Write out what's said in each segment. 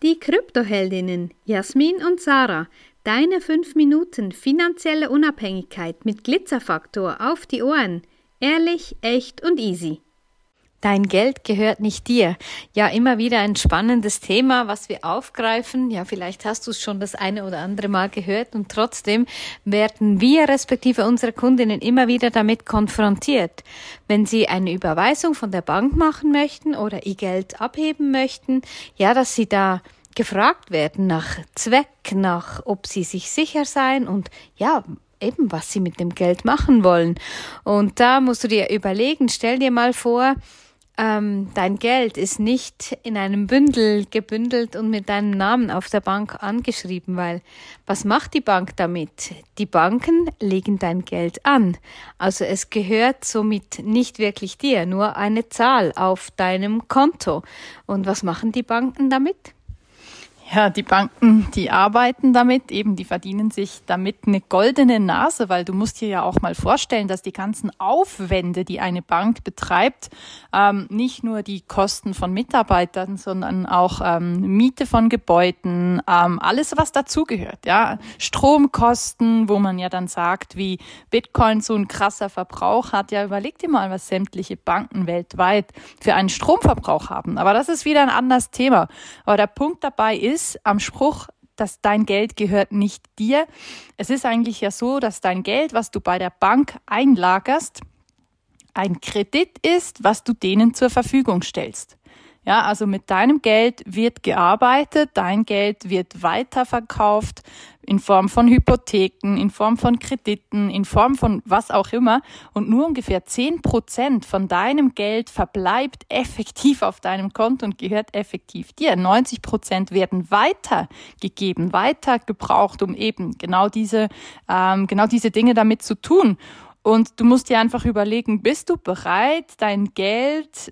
Die Kryptoheldinnen Jasmin und Sarah, deine 5 Minuten finanzielle Unabhängigkeit mit Glitzerfaktor auf die Ohren. Ehrlich, echt und easy. Dein Geld gehört nicht dir. Ja, immer wieder ein spannendes Thema, was wir aufgreifen. Ja, vielleicht hast du es schon das eine oder andere Mal gehört und trotzdem werden wir respektive unsere Kundinnen immer wieder damit konfrontiert. Wenn sie eine Überweisung von der Bank machen möchten oder ihr Geld abheben möchten, ja, dass sie da gefragt werden nach Zweck, nach ob sie sich sicher seien und ja, eben was sie mit dem Geld machen wollen. Und da musst du dir überlegen, stell dir mal vor, dein Geld ist nicht in einem Bündel gebündelt und mit deinem Namen auf der Bank angeschrieben, weil was macht die Bank damit? Die Banken legen dein Geld an. Also es gehört somit nicht wirklich dir, nur eine Zahl auf deinem Konto. Und was machen die Banken damit? Ja, die Banken, die arbeiten damit, eben die verdienen sich damit eine goldene Nase, weil du musst dir ja auch mal vorstellen, dass die ganzen Aufwände, die eine Bank betreibt, nicht nur die Kosten von Mitarbeitern, sondern auch Miete von Gebäuden, alles was dazugehört, ja, Stromkosten, wo man ja dann sagt, wie Bitcoin so ein krasser Verbrauch hat, ja, überleg dir mal, was sämtliche Banken weltweit für einen Stromverbrauch haben. Aber das ist wieder ein anderes Thema. Aber der Punkt dabei ist, am Spruch, dass dein Geld gehört nicht dir. Es ist eigentlich ja so, dass dein Geld, was du bei der Bank einlagerst, ein Kredit ist, was du denen zur Verfügung stellst. Ja, also mit deinem Geld wird gearbeitet, dein Geld wird weiterverkauft in Form von Hypotheken, in Form von Krediten, in Form von was auch immer. Und nur ungefähr 10% von deinem Geld verbleibt effektiv auf deinem Konto und gehört effektiv dir. 90% werden weitergegeben, weitergebraucht, um eben genau diese Dinge damit zu tun. Und du musst dir einfach überlegen, bist du bereit, dein Geld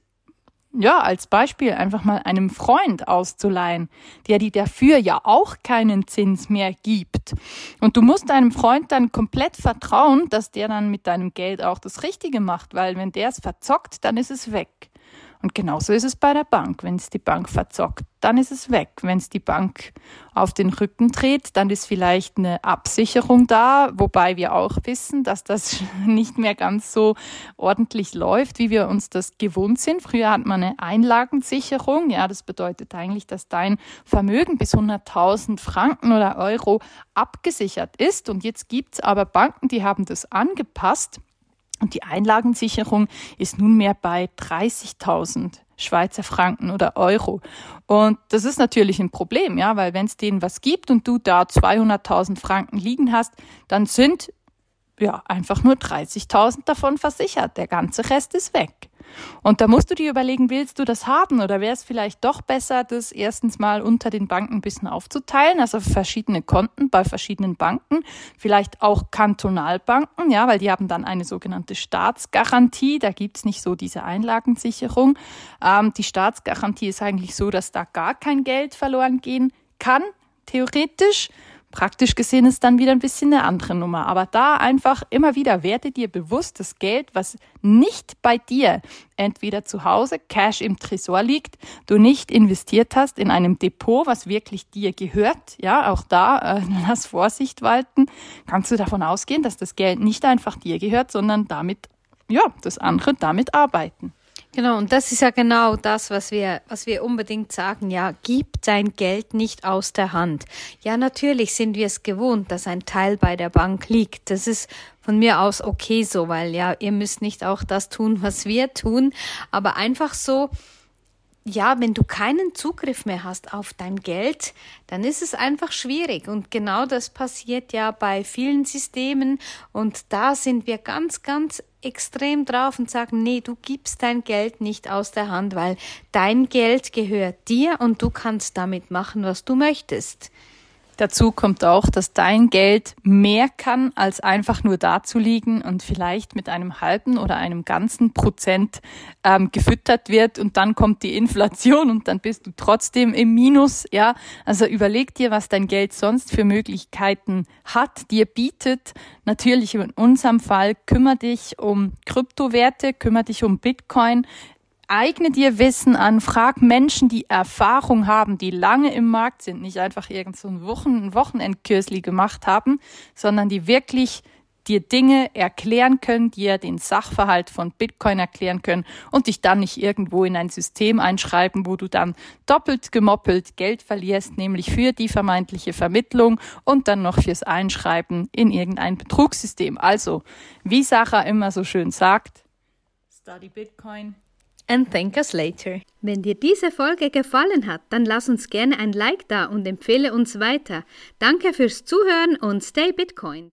als Beispiel einfach mal einem Freund auszuleihen, der dir dafür ja auch keinen Zins mehr gibt. Und du musst deinem Freund dann komplett vertrauen, dass der dann mit deinem Geld auch das Richtige macht, weil wenn der es verzockt, dann ist es weg. Und genauso ist es bei der Bank. Wenn es die Bank verzockt, dann ist es weg. Wenn es die Bank auf den Rücken dreht, dann ist vielleicht eine Absicherung da, wobei wir auch wissen, dass das nicht mehr ganz so ordentlich läuft, wie wir uns das gewohnt sind. Früher hat man eine Einlagensicherung. Ja, das bedeutet eigentlich, dass dein Vermögen bis 100.000 Franken oder Euro abgesichert ist. Und jetzt gibt's aber Banken, die haben das angepasst. Und die Einlagensicherung ist nunmehr bei 30.000 Schweizer Franken oder Euro. Und das ist natürlich ein Problem, ja, weil wenn es denen was gibt und du da 200.000 Franken liegen hast, dann sind einfach nur 30.000 davon versichert. Der ganze Rest ist weg. Und da musst du dir überlegen, willst du das haben oder wäre es vielleicht doch besser, das erstens mal unter den Banken ein bisschen aufzuteilen, also verschiedene Konten bei verschiedenen Banken, vielleicht auch Kantonalbanken, ja, weil die haben dann eine sogenannte Staatsgarantie, da gibt's nicht so diese Einlagensicherung. Die Staatsgarantie ist eigentlich so, dass da gar kein Geld verloren gehen kann, theoretisch. Praktisch gesehen ist dann wieder ein bisschen eine andere Nummer. Aber da einfach immer wieder werde dir bewusst, das Geld, was nicht bei dir entweder zu Hause, Cash im Tresor liegt, du nicht investiert hast in einem Depot, was wirklich dir gehört, ja, auch da lass Vorsicht walten, kannst du davon ausgehen, dass das Geld nicht einfach dir gehört, sondern damit, das andere damit arbeiten. Genau, und das ist ja genau das, was wir unbedingt sagen. Ja, gib dein Geld nicht aus der Hand. Ja, natürlich sind wir es gewohnt, dass ein Teil bei der Bank liegt. Das ist von mir aus okay so, weil ja, ihr müsst nicht auch das tun, was wir tun. Aber einfach so, ja, wenn du keinen Zugriff mehr hast auf dein Geld, dann ist es einfach schwierig. Und genau das passiert ja bei vielen Systemen. Und da sind wir ganz, ganz extrem drauf und sagen, nee, du gibst dein Geld nicht aus der Hand, weil dein Geld gehört dir und du kannst damit machen, was du möchtest. Dazu kommt auch, dass dein Geld mehr kann, als einfach nur dazuliegen und vielleicht mit einem halben oder einem ganzen Prozent gefüttert wird und dann kommt die Inflation und dann bist du trotzdem im Minus. Ja, also überleg dir, was dein Geld sonst für Möglichkeiten hat, dir bietet. Natürlich in unserem Fall kümmere dich um Kryptowerte, kümmere dich um Bitcoin. Eigne dir Wissen an, frag Menschen, die Erfahrung haben, die lange im Markt sind, nicht einfach irgend so ein Wochenendkürzli gemacht haben, sondern die wirklich dir Dinge erklären können, dir den Sachverhalt von Bitcoin erklären können und dich dann nicht irgendwo in ein System einschreiben, wo du dann doppelt gemoppelt Geld verlierst, nämlich für die vermeintliche Vermittlung und dann noch fürs Einschreiben in irgendein Betrugssystem. Also, wie Sarah immer so schön sagt, study Bitcoin and thank us later. Wenn dir diese Folge gefallen hat, dann lass uns gerne ein Like da und empfehle uns weiter. Danke fürs Zuhören und stay Bitcoin.